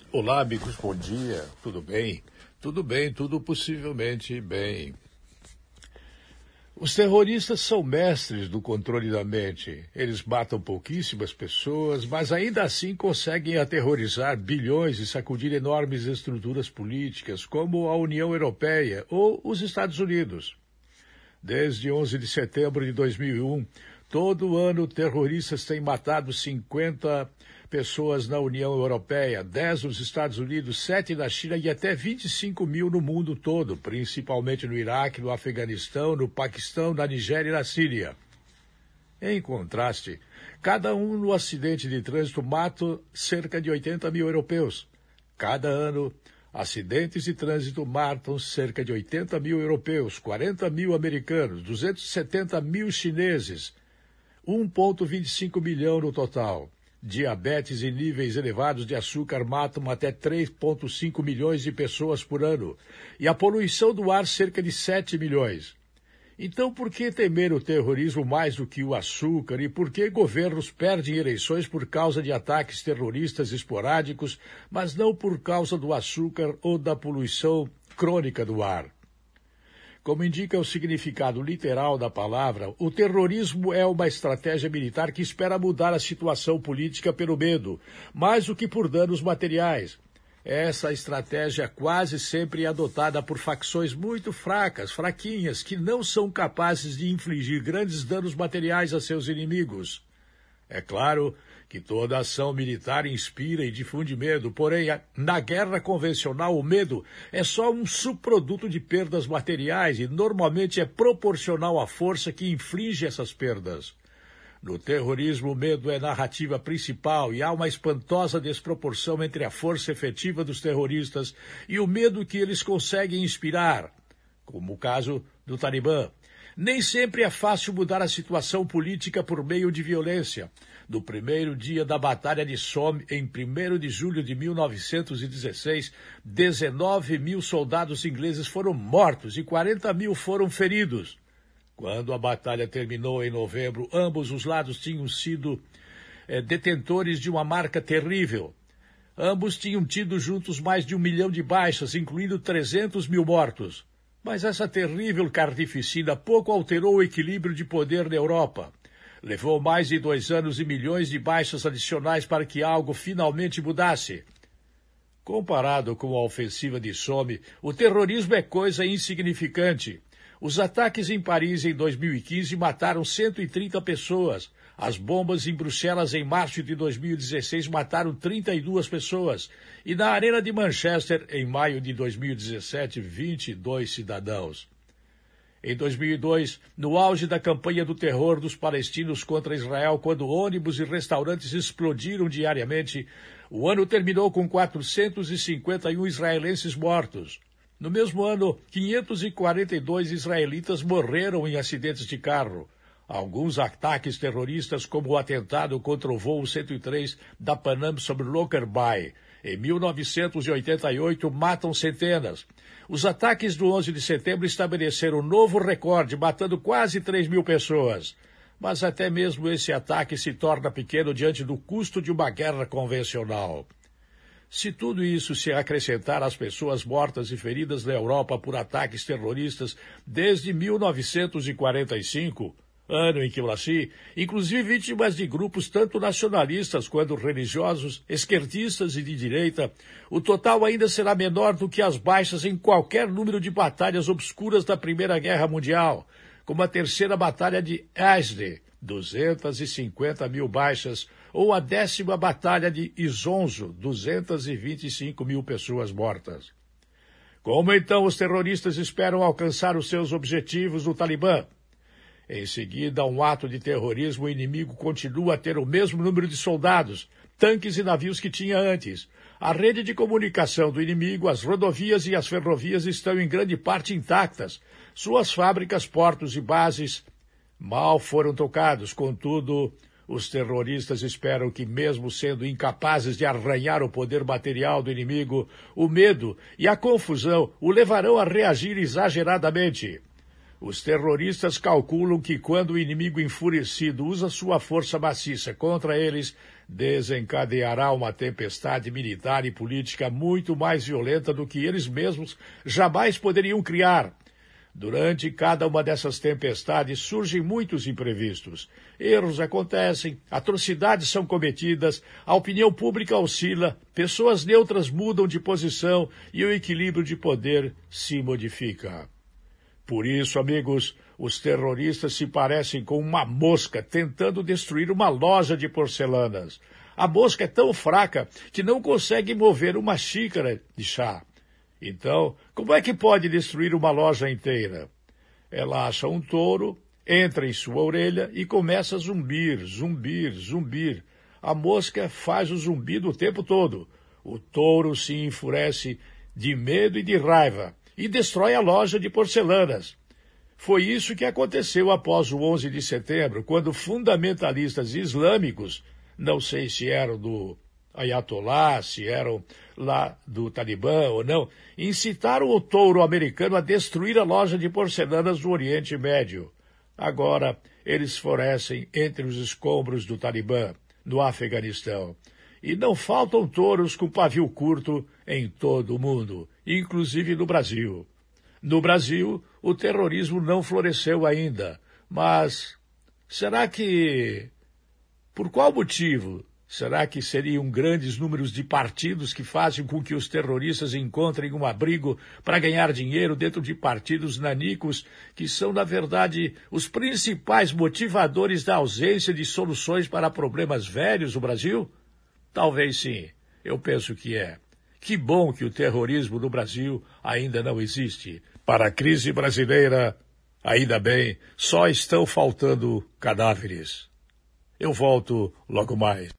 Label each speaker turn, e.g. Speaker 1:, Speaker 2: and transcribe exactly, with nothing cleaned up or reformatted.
Speaker 1: Olá, amigos, bom dia. Tudo bem? Tudo bem, tudo possivelmente bem. Os terroristas são mestres do controle da mente. Eles matam pouquíssimas pessoas, mas ainda assim conseguem aterrorizar bilhões e sacudir enormes estruturas políticas, como a União Europeia ou os Estados Unidos. Desde onze de setembro de dois mil e um, todo ano terroristas têm matado cinquenta pessoas na União Europeia, dez nos Estados Unidos, sete na China e até vinte e cinco mil no mundo todo, principalmente no Iraque, no Afeganistão, no Paquistão, na Nigéria e na Síria. Em contraste, cada um no acidente de trânsito mata cerca de oitenta mil europeus. Cada ano, acidentes de trânsito matam cerca de oitenta mil europeus, quarenta mil americanos, duzentos e setenta mil chineses, um vírgula vinte e cinco milhão no total. Diabetes e níveis elevados de açúcar matam até três vírgula cinco milhões de pessoas por ano. E a poluição do ar cerca de sete milhões. Então, por que temer o terrorismo mais do que o açúcar? E por que governos perdem eleições por causa de ataques terroristas esporádicos, mas não por causa do açúcar ou da poluição crônica do ar? Como indica o significado literal da palavra, o terrorismo é uma estratégia militar que espera mudar a situação política pelo medo, mais do que por danos materiais. Essa estratégia quase sempre é adotada por facções muito fracas, fraquinhas, que não são capazes de infligir grandes danos materiais a seus inimigos. É claro que toda ação militar inspira e difunde medo, porém, na guerra convencional, o medo é só um subproduto de perdas materiais e normalmente é proporcional à força que inflige essas perdas. No terrorismo, o medo é a narrativa principal e há uma espantosa desproporção entre a força efetiva dos terroristas e o medo que eles conseguem inspirar, como o caso do Talibã. Nem sempre é fácil mudar a situação política por meio de violência. No primeiro dia da Batalha de Somme, em primeiro de julho de mil novecentos e dezesseis, dezenove mil soldados ingleses foram mortos e quarenta mil foram feridos. Quando a batalha terminou em novembro, ambos os lados tinham sido é, detentores de uma marca terrível. Ambos tinham tido juntos mais de um milhão de baixas, incluindo trezentos mil mortos. Mas essa terrível carnificina pouco alterou o equilíbrio de poder na Europa. Levou mais de dois anos e milhões de baixas adicionais para que algo finalmente mudasse. Comparado com a ofensiva de Somme, o terrorismo é coisa insignificante. Os ataques em Paris em dois mil e quinze mataram cento e trinta pessoas. As bombas em Bruxelas em março de dois mil e dezesseis mataram trinta e duas pessoas. E na Arena de Manchester, em maio de dois mil e dezessete, vinte e dois cidadãos. Em dois mil e dois, no auge da campanha do terror dos palestinos contra Israel, quando ônibus e restaurantes explodiram diariamente, o ano terminou com quatrocentos e cinquenta e um israelenses mortos. No mesmo ano, quinhentos e quarenta e dois israelitas morreram em acidentes de carro. Alguns ataques terroristas, como o atentado contra o voo cento e três da Panam sobre Lockerbie, em mil novecentos e oitenta e oito, matam centenas. Os ataques do onze de setembro estabeleceram um novo recorde, matando quase três mil pessoas. Mas até mesmo esse ataque se torna pequeno diante do custo de uma guerra convencional. Se tudo isso se acrescentar às pessoas mortas e feridas na Europa por ataques terroristas desde mil novecentos e quarenta e cinco, ano em que eu nasci, inclusive vítimas de grupos tanto nacionalistas quanto religiosos, esquerdistas e de direita, o total ainda será menor do que as baixas em qualquer número de batalhas obscuras da Primeira Guerra Mundial, como a Terceira Batalha de Asde, duzentas e cinquenta mil baixas, ou a Décima Batalha de Isonzo, duzentas e vinte e cinco mil pessoas mortas. Como então os terroristas esperam alcançar os seus objetivos no Talibã? Em seguida a um ato de terrorismo, o inimigo continua a ter o mesmo número de soldados, tanques e navios que tinha antes. A rede de comunicação do inimigo, as rodovias e as ferrovias estão em grande parte intactas. Suas fábricas, portos e bases mal foram tocados. Contudo, os terroristas esperam que, mesmo sendo incapazes de arranhar o poder material do inimigo, o medo e a confusão o levarão a reagir exageradamente. Os terroristas calculam que, quando o inimigo enfurecido usa sua força maciça contra eles, desencadeará uma tempestade militar e política muito mais violenta do que eles mesmos jamais poderiam criar. Durante cada uma dessas tempestades surgem muitos imprevistos. Erros acontecem, atrocidades são cometidas, a opinião pública oscila, pessoas neutras mudam de posição e o equilíbrio de poder se modifica. Por isso, amigos, os terroristas se parecem com uma mosca tentando destruir uma loja de porcelanas. A mosca é tão fraca que não consegue mover uma xícara de chá. Então, como é que pode destruir uma loja inteira? Ela acha um touro, entra em sua orelha e começa a zumbir, zumbir, zumbir. A mosca faz o zumbido o tempo todo. O touro se enfurece de medo e de raiva e destrói a loja de porcelanas. Foi isso que aconteceu após o onze de setembro, quando fundamentalistas islâmicos, não sei se eram do Ayatollah, se eram lá do Talibã ou não, incitaram o touro americano a destruir a loja de porcelanas do Oriente Médio. Agora, eles florescem entre os escombros do Talibã, no Afeganistão. E não faltam touros com pavio curto em todo o mundo, inclusive no Brasil. No Brasil, o terrorismo não floresceu ainda, mas será que... Por qual motivo? Será que seriam grandes números de partidos que fazem com que os terroristas encontrem um abrigo para ganhar dinheiro dentro de partidos nanicos, que são, na verdade, os principais motivadores da ausência de soluções para problemas velhos no Brasil? Talvez sim, eu penso que é. Que bom que o terrorismo no Brasil ainda não existe. Para a crise brasileira, ainda bem, só estão faltando cadáveres. Eu volto logo mais.